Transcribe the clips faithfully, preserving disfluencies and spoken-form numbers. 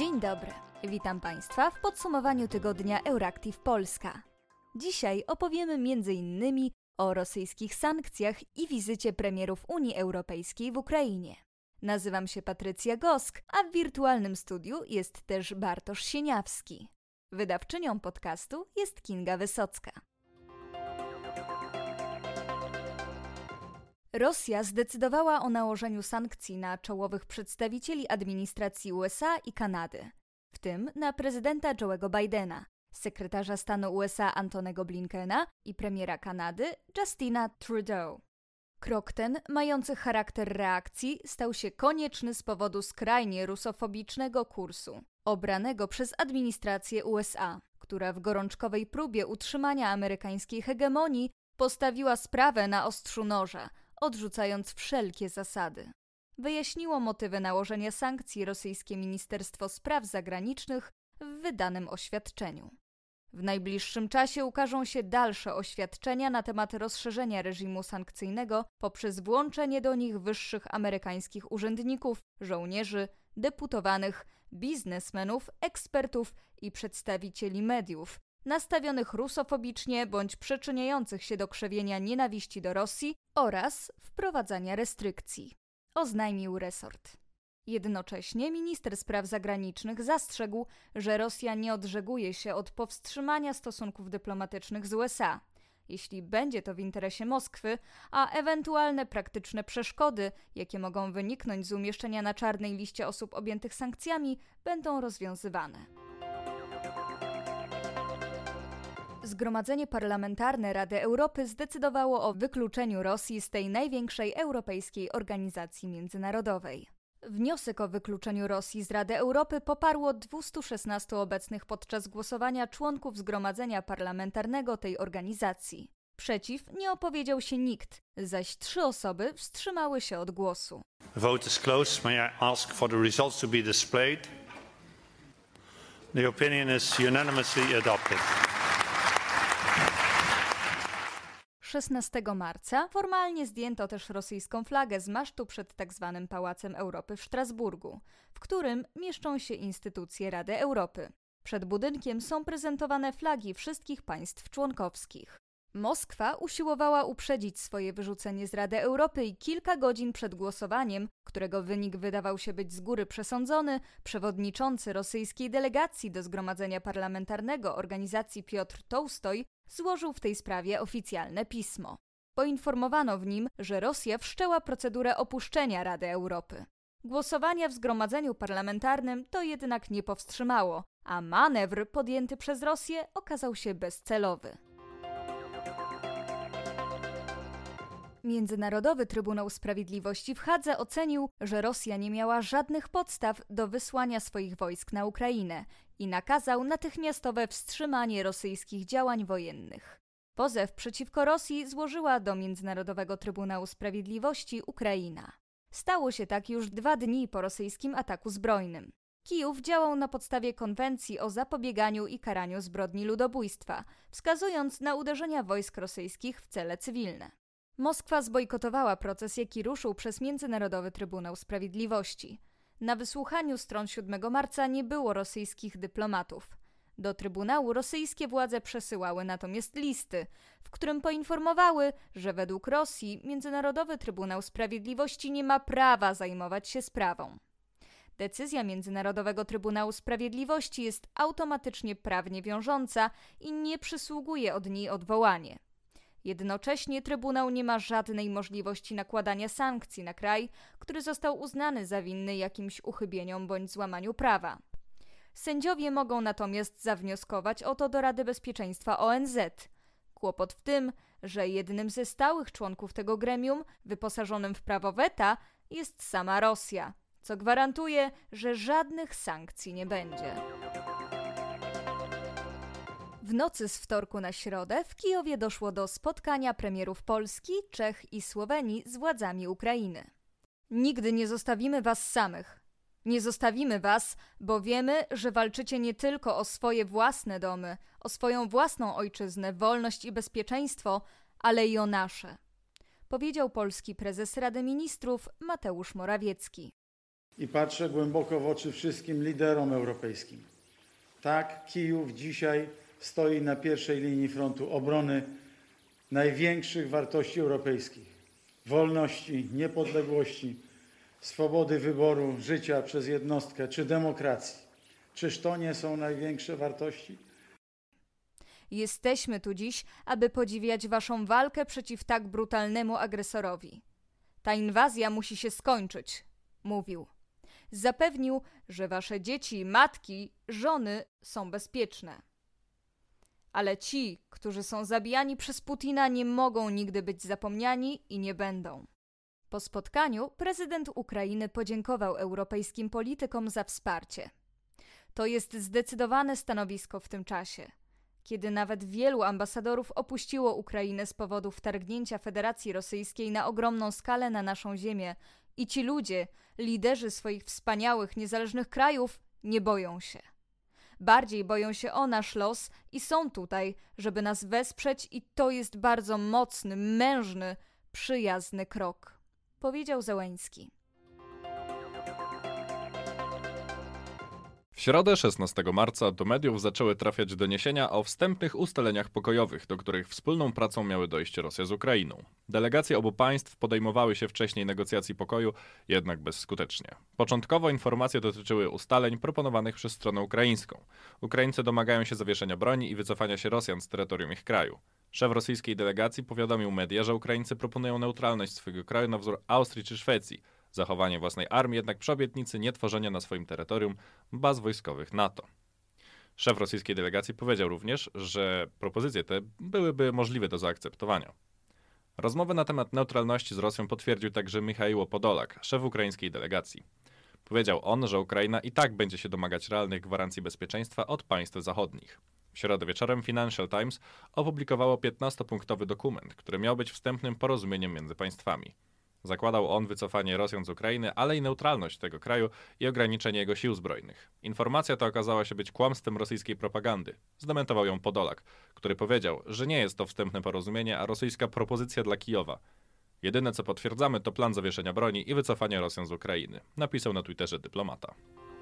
Dzień dobry, witam Państwa w podsumowaniu tygodnia Euractiv Polska. Dzisiaj opowiemy między innymi o rosyjskich sankcjach i wizycie premierów Unii Europejskiej w Ukrainie. Nazywam się Patrycja Gosk, a w wirtualnym studiu jest też Bartosz Sieniawski. Wydawczynią podcastu jest Kinga Wysocka. Rosja zdecydowała o nałożeniu sankcji na czołowych przedstawicieli administracji U S A i Kanady, w tym na prezydenta Joe'ego Bidena, sekretarza stanu U S A Antonego Blinkena i premiera Kanady Justina Trudeau. Krok ten, mający charakter reakcji, stał się konieczny z powodu skrajnie rusofobicznego kursu, obranego przez administrację U S A, która w gorączkowej próbie utrzymania amerykańskiej hegemonii postawiła sprawę na ostrzu noża, odrzucając wszelkie zasady. Wyjaśniło motywy nałożenia sankcji rosyjskie Ministerstwo Spraw Zagranicznych w wydanym oświadczeniu. W najbliższym czasie ukażą się dalsze oświadczenia na temat rozszerzenia reżimu sankcyjnego poprzez włączenie do nich wyższych amerykańskich urzędników, żołnierzy, deputowanych, biznesmenów, ekspertów i przedstawicieli mediów, nastawionych rusofobicznie bądź przyczyniających się do krzewienia nienawiści do Rosji oraz wprowadzania restrykcji, oznajmił resort. Jednocześnie minister spraw zagranicznych zastrzegł, że Rosja nie odżeguje się od powstrzymania stosunków dyplomatycznych z U S A, jeśli będzie to w interesie Moskwy, a ewentualne praktyczne przeszkody, jakie mogą wyniknąć z umieszczenia na czarnej liście osób objętych sankcjami, będą rozwiązywane. Zgromadzenie Parlamentarne Rady Europy zdecydowało o wykluczeniu Rosji z tej największej europejskiej organizacji międzynarodowej. Wniosek o wykluczeniu Rosji z Rady Europy poparło dwieście szesnastu obecnych podczas głosowania członków Zgromadzenia Parlamentarnego tej organizacji. Przeciw nie opowiedział się nikt, zaś trzy osoby wstrzymały się od głosu. The vote is closed. May I ask for the results to be displayed? The opinion is unanimously adopted. szesnastego marca formalnie zdjęto też rosyjską flagę z masztu przed tzw. Pałacem Europy w Strasburgu, w którym mieszczą się instytucje Rady Europy. Przed budynkiem są prezentowane flagi wszystkich państw członkowskich. Moskwa usiłowała uprzedzić swoje wyrzucenie z Rady Europy i kilka godzin przed głosowaniem, którego wynik wydawał się być z góry przesądzony, przewodniczący rosyjskiej delegacji do Zgromadzenia Parlamentarnego organizacji Piotr Tołstoj złożył w tej sprawie oficjalne pismo. Poinformowano w nim, że Rosja wszczęła procedurę opuszczenia Rady Europy. Głosowania w Zgromadzeniu Parlamentarnym to jednak nie powstrzymało, a manewr podjęty przez Rosję okazał się bezcelowy. Międzynarodowy Trybunał Sprawiedliwości w Hadze ocenił, że Rosja nie miała żadnych podstaw do wysłania swoich wojsk na Ukrainę i nakazał natychmiastowe wstrzymanie rosyjskich działań wojennych. Pozew przeciwko Rosji złożyła do Międzynarodowego Trybunału Sprawiedliwości Ukraina. Stało się tak już dwa dni po rosyjskim ataku zbrojnym. Kijów działał na podstawie konwencji o zapobieganiu i karaniu zbrodni ludobójstwa, wskazując na uderzenia wojsk rosyjskich w cele cywilne. Moskwa zbojkotowała proces, jaki ruszył przez Międzynarodowy Trybunał Sprawiedliwości. Na wysłuchaniu stron siódmego marca nie było rosyjskich dyplomatów. Do Trybunału rosyjskie władze przesyłały natomiast listy, w którym poinformowały, że według Rosji Międzynarodowy Trybunał Sprawiedliwości nie ma prawa zajmować się sprawą. Decyzja Międzynarodowego Trybunału Sprawiedliwości jest automatycznie prawnie wiążąca i nie przysługuje od niej odwołanie. Jednocześnie Trybunał nie ma żadnej możliwości nakładania sankcji na kraj, który został uznany za winny jakimś uchybieniom bądź złamaniu prawa. Sędziowie mogą natomiast zawnioskować o to do Rady Bezpieczeństwa O N Z. Kłopot w tym, że jednym ze stałych członków tego gremium, wyposażonym w prawo weta, jest sama Rosja, co gwarantuje, że żadnych sankcji nie będzie. W nocy z wtorku na środę w Kijowie doszło do spotkania premierów Polski, Czech i Słowenii z władzami Ukrainy. Nigdy nie zostawimy was samych. Nie zostawimy was, bo wiemy, że walczycie nie tylko o swoje własne domy, o swoją własną ojczyznę, wolność i bezpieczeństwo, ale i o nasze, powiedział polski prezes Rady Ministrów Mateusz Morawiecki. i patrzę głęboko w oczy wszystkim liderom europejskim. Tak, Kijów dzisiaj stoi na pierwszej linii frontu obrony największych wartości europejskich: wolności, niepodległości, swobody wyboru życia przez jednostkę czy demokracji. Czyż to nie są największe wartości? Jesteśmy tu dziś, aby podziwiać waszą walkę przeciw tak brutalnemu agresorowi. Ta inwazja musi się skończyć, mówił. Zapewnił, że wasze dzieci, matki, żony są bezpieczne. Ale ci, którzy są zabijani przez Putina, nie mogą nigdy być zapomniani i nie będą. Po spotkaniu prezydent Ukrainy podziękował europejskim politykom za wsparcie. To jest zdecydowane stanowisko w tym czasie, kiedy nawet wielu ambasadorów opuściło Ukrainę z powodu wtargnięcia Federacji Rosyjskiej na ogromną skalę na naszą ziemię i ci ludzie, liderzy swoich wspaniałych, niezależnych krajów, nie boją się. Bardziej boją się o nasz los i są tutaj, żeby nas wesprzeć i to jest bardzo mocny, mężny, przyjazny krok, powiedział Zełenski. W środę szesnastego marca do mediów zaczęły trafiać doniesienia o wstępnych ustaleniach pokojowych, do których wspólną pracą miały dojść Rosja z Ukrainą. Delegacje obu państw podejmowały się wcześniej negocjacji pokoju, jednak bezskutecznie. Początkowo informacje dotyczyły ustaleń proponowanych przez stronę ukraińską. Ukraińcy domagają się zawieszenia broni i wycofania się Rosjan z terytorium ich kraju. Szef rosyjskiej delegacji powiadomił media, że Ukraińcy proponują neutralność swojego kraju na wzór Austrii czy Szwecji, zachowanie własnej armii, jednak przy obietnicy nietworzenia na swoim terytorium baz wojskowych NATO. Szef rosyjskiej delegacji powiedział również, że propozycje te byłyby możliwe do zaakceptowania. Rozmowę na temat neutralności z Rosją potwierdził także Michaiło Podolak, szef ukraińskiej delegacji. Powiedział on, że Ukraina i tak będzie się domagać realnych gwarancji bezpieczeństwa od państw zachodnich. W środę wieczorem Financial Times opublikowało piętnastopunktowy dokument, który miał być wstępnym porozumieniem między państwami. Zakładał on wycofanie Rosjan z Ukrainy, ale i neutralność tego kraju i ograniczenie jego sił zbrojnych. Informacja ta okazała się być kłamstwem rosyjskiej propagandy. Zdementował ją Podolak, który powiedział, że nie jest to wstępne porozumienie, a rosyjska propozycja dla Kijowa. Jedyne co potwierdzamy to plan zawieszenia broni i wycofania Rosjan z Ukrainy, napisał na Twitterze dyplomata.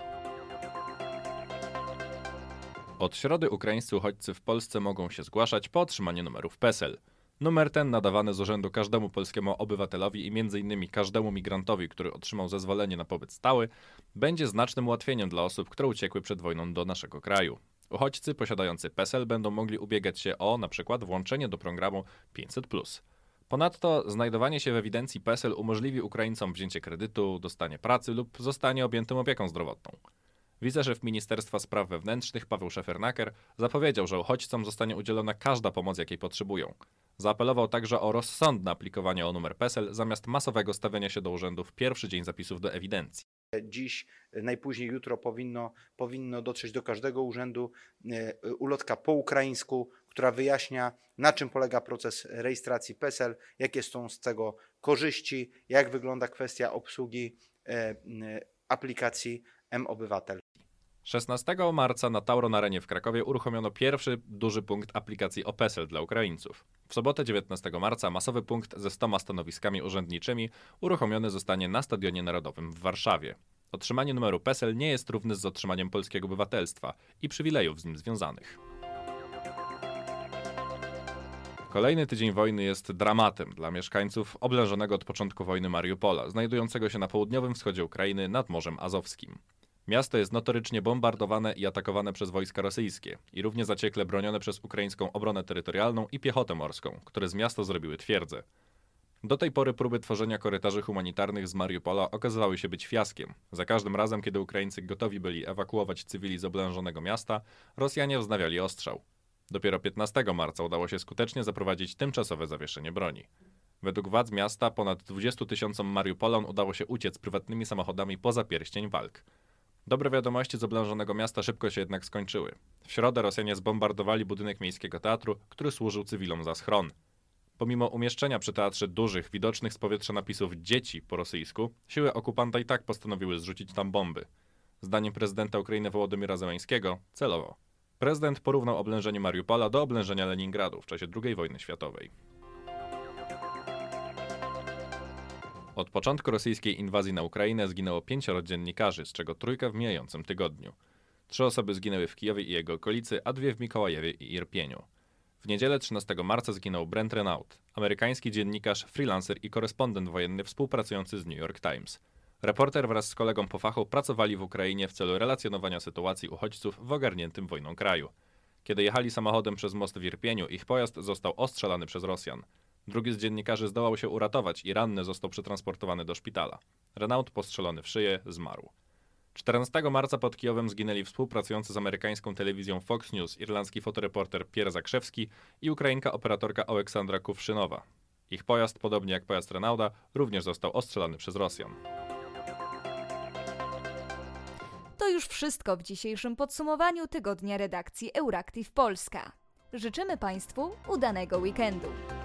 Od środy ukraińscy uchodźcy w Polsce mogą się zgłaszać po otrzymaniu numerów PESEL. Numer ten nadawany z urzędu każdemu polskiemu obywatelowi i między innymi każdemu migrantowi, który otrzymał zezwolenie na pobyt stały, będzie znacznym ułatwieniem dla osób, które uciekły przed wojną do naszego kraju. Uchodźcy posiadający PESEL będą mogli ubiegać się o, na przykład, włączenie do programu pięćset plus. Ponadto znajdowanie się w ewidencji PESEL umożliwi Ukraińcom wzięcie kredytu, dostanie pracy lub zostanie objętym opieką zdrowotną. Wiceszef Ministerstwa Spraw Wewnętrznych Paweł Szefernaker zapowiedział, że uchodźcom zostanie udzielona każda pomoc, jakiej potrzebują. Zaapelował także o rozsądne aplikowanie o numer PESEL zamiast masowego stawiania się do urzędu w pierwszy dzień zapisów do ewidencji. Dziś, najpóźniej jutro powinno, powinno dotrzeć do każdego urzędu ulotka po ukraińsku, która wyjaśnia, na czym polega proces rejestracji PESEL, jakie są z tego korzyści, jak wygląda kwestia obsługi aplikacji M-Obywatel. szesnastego marca na Tauron Arenie w Krakowie uruchomiono pierwszy duży punkt aplikacji o PESEL dla Ukraińców. W sobotę dziewiętnastego marca masowy punkt ze stoma stanowiskami urzędniczymi uruchomiony zostanie na Stadionie Narodowym w Warszawie. Otrzymanie numeru PESEL nie jest równe z otrzymaniem polskiego obywatelstwa i przywilejów z nim związanych. Kolejny tydzień wojny jest dramatem dla mieszkańców oblężonego od początku wojny Mariupola, znajdującego się na południowym wschodzie Ukrainy nad Morzem Azowskim. Miasto jest notorycznie bombardowane i atakowane przez wojska rosyjskie i równie zaciekle bronione przez ukraińską obronę terytorialną i piechotę morską, które z miasta zrobiły twierdzę. Do tej pory próby tworzenia korytarzy humanitarnych z Mariupola okazywały się być fiaskiem. Za każdym razem, kiedy Ukraińcy gotowi byli ewakuować cywili z oblężonego miasta, Rosjanie wznawiali ostrzał. Dopiero piętnastego marca udało się skutecznie zaprowadzić tymczasowe zawieszenie broni. Według władz miasta ponad dwudziestu tysiącom Mariupolan udało się uciec prywatnymi samochodami poza pierścień walk. Dobre wiadomości z oblężonego miasta szybko się jednak skończyły. W środę Rosjanie zbombardowali budynek miejskiego teatru, który służył cywilom za schron. Pomimo umieszczenia przy teatrze dużych, widocznych z powietrza napisów dzieci po rosyjsku, siły okupanta i tak postanowiły zrzucić tam bomby. Zdaniem prezydenta Ukrainy Wołodymyra Zełenskiego celowo. Prezydent porównał oblężenie Mariupola do oblężenia Leningradu w czasie drugiej wojny światowej. Od początku rosyjskiej inwazji na Ukrainę zginęło pięcioro dziennikarzy, z czego trójka w mijającym tygodniu. Trzy osoby zginęły w Kijowie i jego okolicy, a dwie w Mikołajewie i Irpieniu. W niedzielę trzynastego marca zginął Brent Renaud, amerykański dziennikarz, freelancer i korespondent wojenny współpracujący z New York Times. Reporter wraz z kolegą po fachu pracowali w Ukrainie w celu relacjonowania sytuacji uchodźców w ogarniętym wojną kraju. Kiedy jechali samochodem przez most w Irpieniu, ich pojazd został ostrzelany przez Rosjan. Drugi z dziennikarzy zdołał się uratować i ranny został przetransportowany do szpitala. Renaud, postrzelony w szyję, zmarł. czternastego marca pod Kijowem zginęli współpracujący z amerykańską telewizją Fox News irlandzki fotoreporter Pierre Zakrzewski i ukrainka operatorka Oleksandra Kuwszynowa. Ich pojazd, podobnie jak pojazd Renauda, również został ostrzelany przez Rosjan. To już wszystko w dzisiejszym podsumowaniu tygodnia redakcji Euractiv Polska. Życzymy Państwu udanego weekendu.